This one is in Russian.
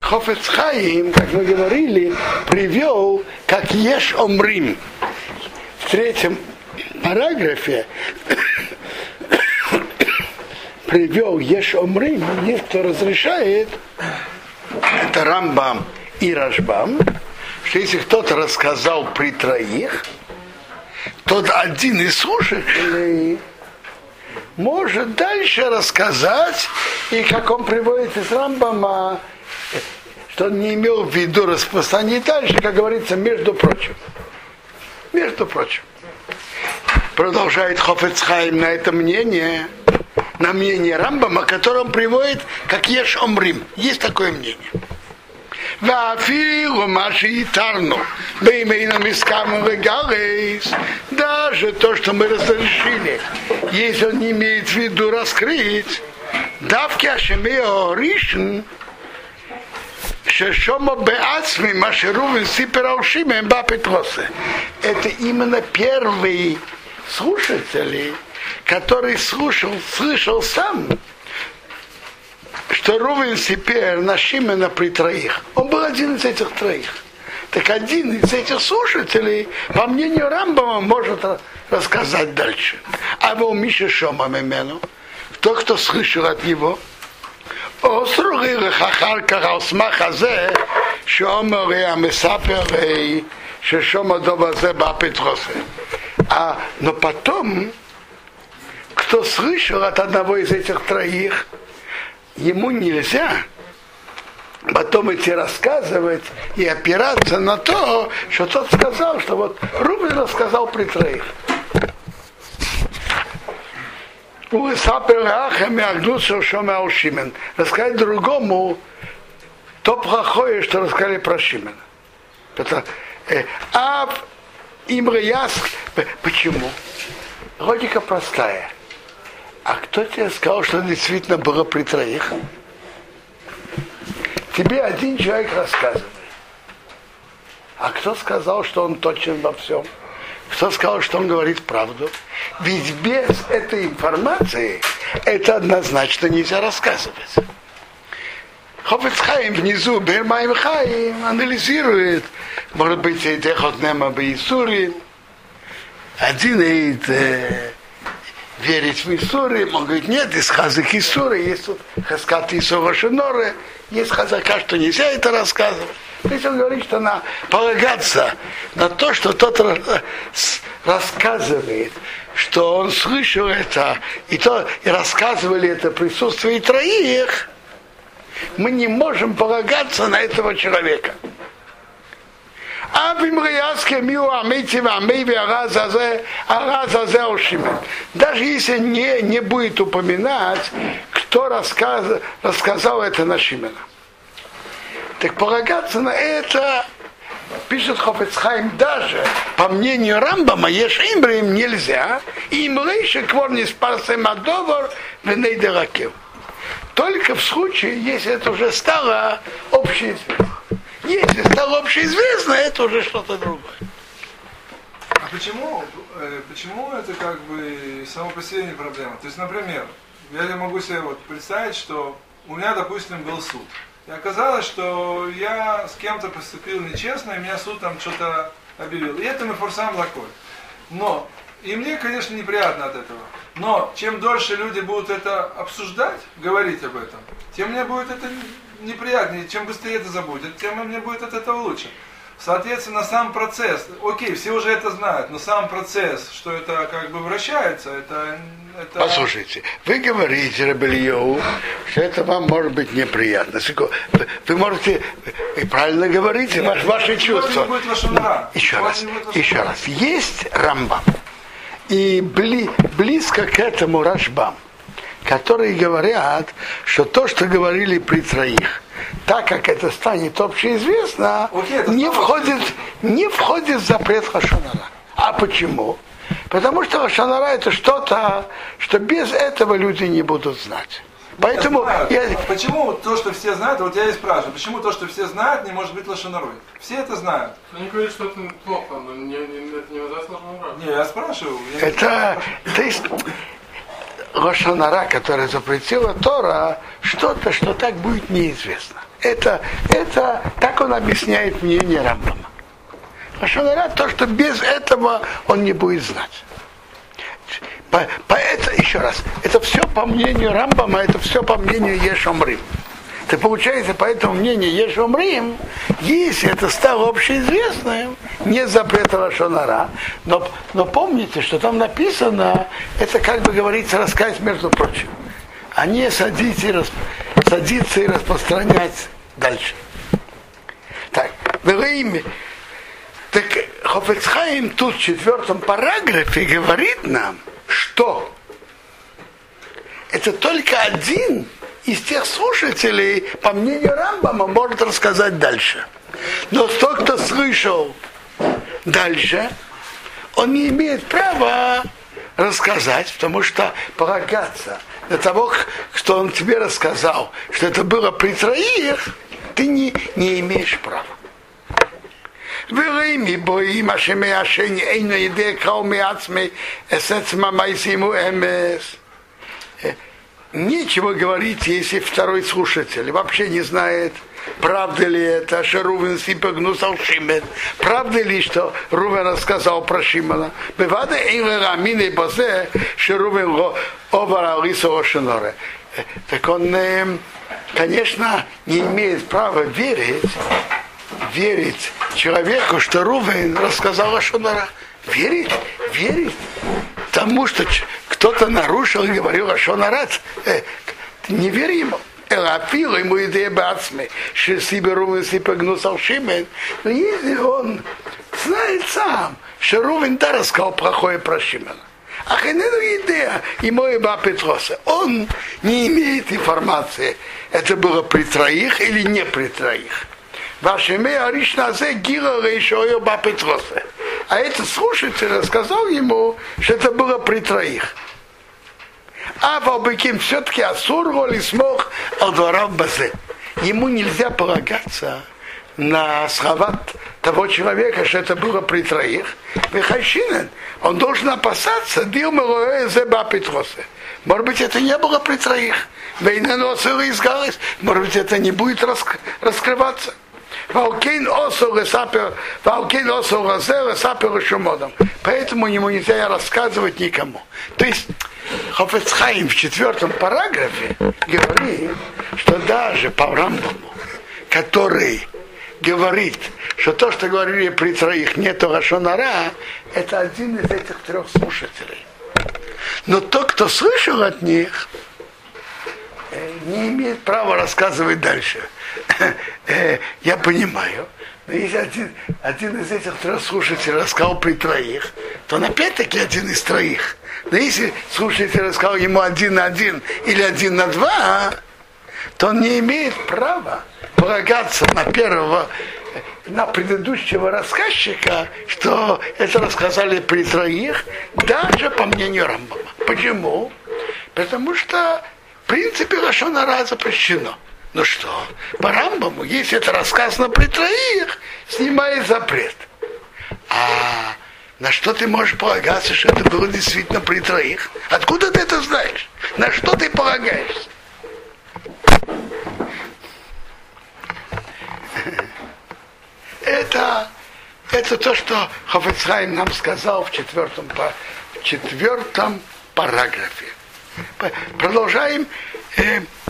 Хофец Хаим, как мы говорили, привел, как Еш Омрим. В 3 параграфе привел Еш Омрим, есть кто разрешает, это Рамбам и Рашбам, что если кто-то рассказал при 3, тот один из слушателей может дальше рассказать, и как он приводит из Рамбама, что он не имел в виду распространить дальше, как говорится, между прочим. Между прочим. Продолжает Хофец Хаим на это мнение, на мнение Рамбама, которое он приводит, как Еш Омрим. Есть такое мнение. Даже то, что мы разрешили, если он не имеет в виду раскрыть, давки Ашемео Ришн, Шешома Беацми Машерувин Сипераушиме Бапетросе. Это именно первый слушатель, который слышал сам, что Рувен Сипер на Шимена при 3. Он был один из этих 3. Так один из этих слушателей, по мнению Рамбама, может рассказать дальше. А был Миша Шома Мемену, тот, кто слышал от него, но потом, кто слышал от одного из этих 3, ему нельзя потом идти рассказывать и опираться на то, что тот сказал, что вот Рувен рассказал при 3. Рассказать другому то плохое, что рассказали про Шимена. Почему? Логика простая. А кто тебе сказал, что действительно было при 3? Тебе один человек рассказывает. А кто сказал, что он точен во всем? Кто сказал, что он говорит правду? Ведь без этой информации это однозначно нельзя рассказывать. Хофец Хаим внизу, Бермаим Хаим, анализирует, может быть, Эйдехот Нема Бейсури, один верить в Исурим, он говорит, нет, из Хазак Исуры, есть тут Хаскат Исура Шиноры, есть Хазака, что нельзя это рассказывать. То есть он говорит, что надо полагаться на то, что тот рассказывает, что он слышал это, и рассказывали это в присутствии 3, мы не можем полагаться на этого человека. Даже если не будет упоминать, кто рассказал это на Шимена. Так полагаться на это, пишет Хофец Хаим, даже по мнению Рамбама, Еш Имрим нельзя, и Имрейша Кворни Спарсем Адовар Венейдеракев. Только в случае, если это уже стало общеизвестно. Если стало общеизвестно, это уже что-то другое. А почему это как бы само по себе не проблема? То есть, например, я могу себе представить, что у меня, допустим, был суд. И оказалось, что я с кем-то поступил нечестно, и меня суд там что-то объявил. И это мефурсам лакой. Но, и мне, конечно, неприятно от этого. Но, чем дольше люди будут это обсуждать, говорить об этом, тем мне будет это неприятнее. Чем быстрее это забудет, тем мне будет от этого лучше. Соответственно, сам процесс, окей, все уже это знают, но сам процесс, что это как бы вращается, это... Послушайте, вы говорите, Рабельеву, что это вам может быть неприятно. Вы можете, вы правильно говорите, ваши чувства. Еще раз. Есть Рамбам, и близко к этому Рашбам, которые говорят, что то, что говорили при 3, так как это станет общеизвестно, не входит в запрет лашон ара. А почему? Потому что лашон ара это что-то, что без этого люди не будут знать. Поэтому почему то, что все знают, вот я и спрашиваю, почему то, что все знают, не может быть лашон арой? Все это знают. Они говорят, что это плохо, но это не возвращается лашон ара. Не, я спрашиваю. То есть лашон ара, которое запретила Тора, что-то, что так будет неизвестно. Это так он объясняет мнение Рамбама. Лашон ара, то, что без этого он не будет знать. Еще раз, это все по мнению Рамбама, это все по мнению Еш Омрим. Это получается, по этому мнению Еш Омрим, если это стало общеизвестным, нет запрета лашон ара, но помните, что там написано, это как бы говорится рассказать между прочим, а не садиться и распространять дальше. Так, так Хафец Хаим тут в 4 параграфе говорит нам, что это только один из тех слушателей, по мнению Рамбама, может рассказать дальше. Но тот, кто слышал дальше, он не имеет права рассказать, потому что полагаться на того, кто он тебе рассказал, что это было при троих, ты не имеешь права. Нечего говорить, если второй слушатель вообще не знает, правда ли это, что Рувен сипагнусал Шимен, правда ли, что Рувен рассказал про Шимона. Так он, конечно, не имеет права верить человеку, что Рувен рассказал о Шонара. Верить тому, что кто-то нарушил и говорил о Шонара, не верь ему. Элапил ему идея бацмы, что себе Рувен сипагнусал Шимен, но если он знает сам, что Рувен да рассказал плохое про Шимена, а хенену идея и мой ба Петроса, он не имеет информации, это было при троих или не при троих. Ваше мея ришназе гила рейшою ба Петроса. А этот слушатель рассказал ему, что это было при троих. А Валбеким все-таки Асур роли смог алдварав базе. Ему нельзя полагаться на слова того человека, что это было при троих. Вехайшинен, он должен опасаться, может быть, это не было при троих. Может быть, это не будет раскрываться. Поэтому ему нельзя рассказывать никому. То есть Хафец Хаим в 4 параграфе говорит, что даже по Рамбаму, который говорит, что то, что говорили при троих, нету лашон ара, это один из этих 3 слушателей. Но тот, кто слышал от них, не имеет права рассказывать дальше. Я понимаю, но если один из этих 3 слушателей рассказал при троих, то он опять-таки один из 3. Но если слушатель рассказал ему 1 на 1 или 1 на 2, то он не имеет права полагаться на предыдущего рассказчика, что это рассказали при троих, даже по мнению Рамбама. Почему? Потому что в принципе лашон ара запрещено. Ну что, по Рамбаму, если это рассказано при троих, снимает запрет. А на что ты можешь полагаться, что это было действительно при троих? Откуда ты это знаешь? На что ты полагаешься? Это то, что Хафец Хаим нам сказал в 4 параграфе. Продолжаем